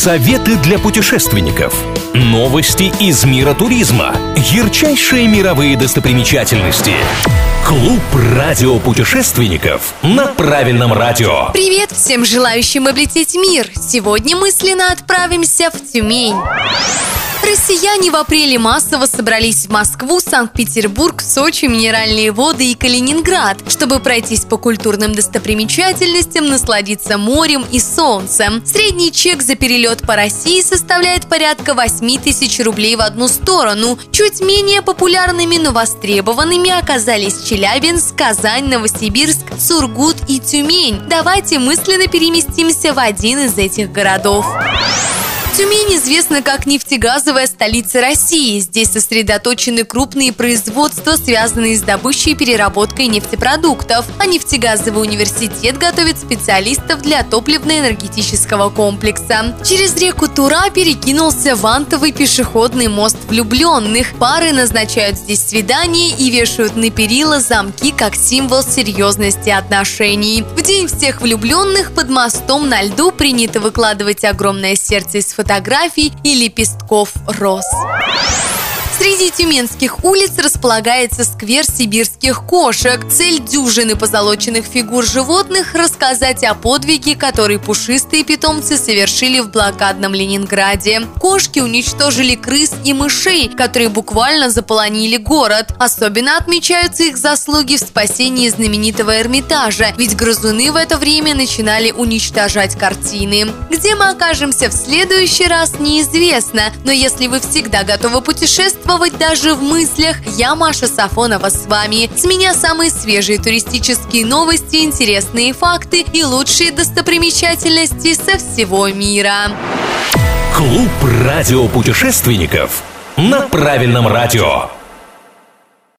Советы для путешественников. Новости из мира туризма. Ярчайшие мировые достопримечательности. Клуб радиопутешественников на правильном радио. Привет всем желающим облететь мир. Сегодня мысленно отправимся в Тюмень. Россияне в апреле массово собрались в Москву, Санкт-Петербург, Сочи, Минеральные воды и Калининград, чтобы пройтись по культурным достопримечательностям, насладиться морем и солнцем. Средний чек за перелет по России составляет порядка 8 тысяч рублей в одну сторону. Чуть менее популярными, но востребованными оказались Челябинск, Казань, Новосибирск, Сургут и Тюмень. Давайте мысленно переместимся в один из этих городов. Тюмень известна как нефтегазовая столица России. Здесь сосредоточены крупные производства, связанные с добычей и переработкой нефтепродуктов. А нефтегазовый университет готовит специалистов для топливно-энергетического комплекса. Через реку Тура перекинулся вантовый пешеходный мост влюбленных. Пары назначают здесь свидания и вешают на перила замки как символ серьезности отношений. В день всех влюбленных под мостом на льду принято выкладывать огромное сердце из фотографий и лепестков роз. Среди тюменских улиц располагается сквер сибирских кошек. Цель дюжины позолоченных фигур животных – рассказать о подвиге, который пушистые питомцы совершили в блокадном Ленинграде. Кошки уничтожили крыс и мышей, которые буквально заполонили город. Особенно отмечаются их заслуги в спасении знаменитого Эрмитажа, ведь грызуны в это время начинали уничтожать картины. Где мы окажемся в следующий раз, неизвестно, но если вы всегда готовы путешествовать, даже в мыслях, я Маша Сафонова с вами. С меня самые свежие туристические новости, интересные факты и лучшие достопримечательности со всего мира. Клуб радиопутешественников на правильном радио.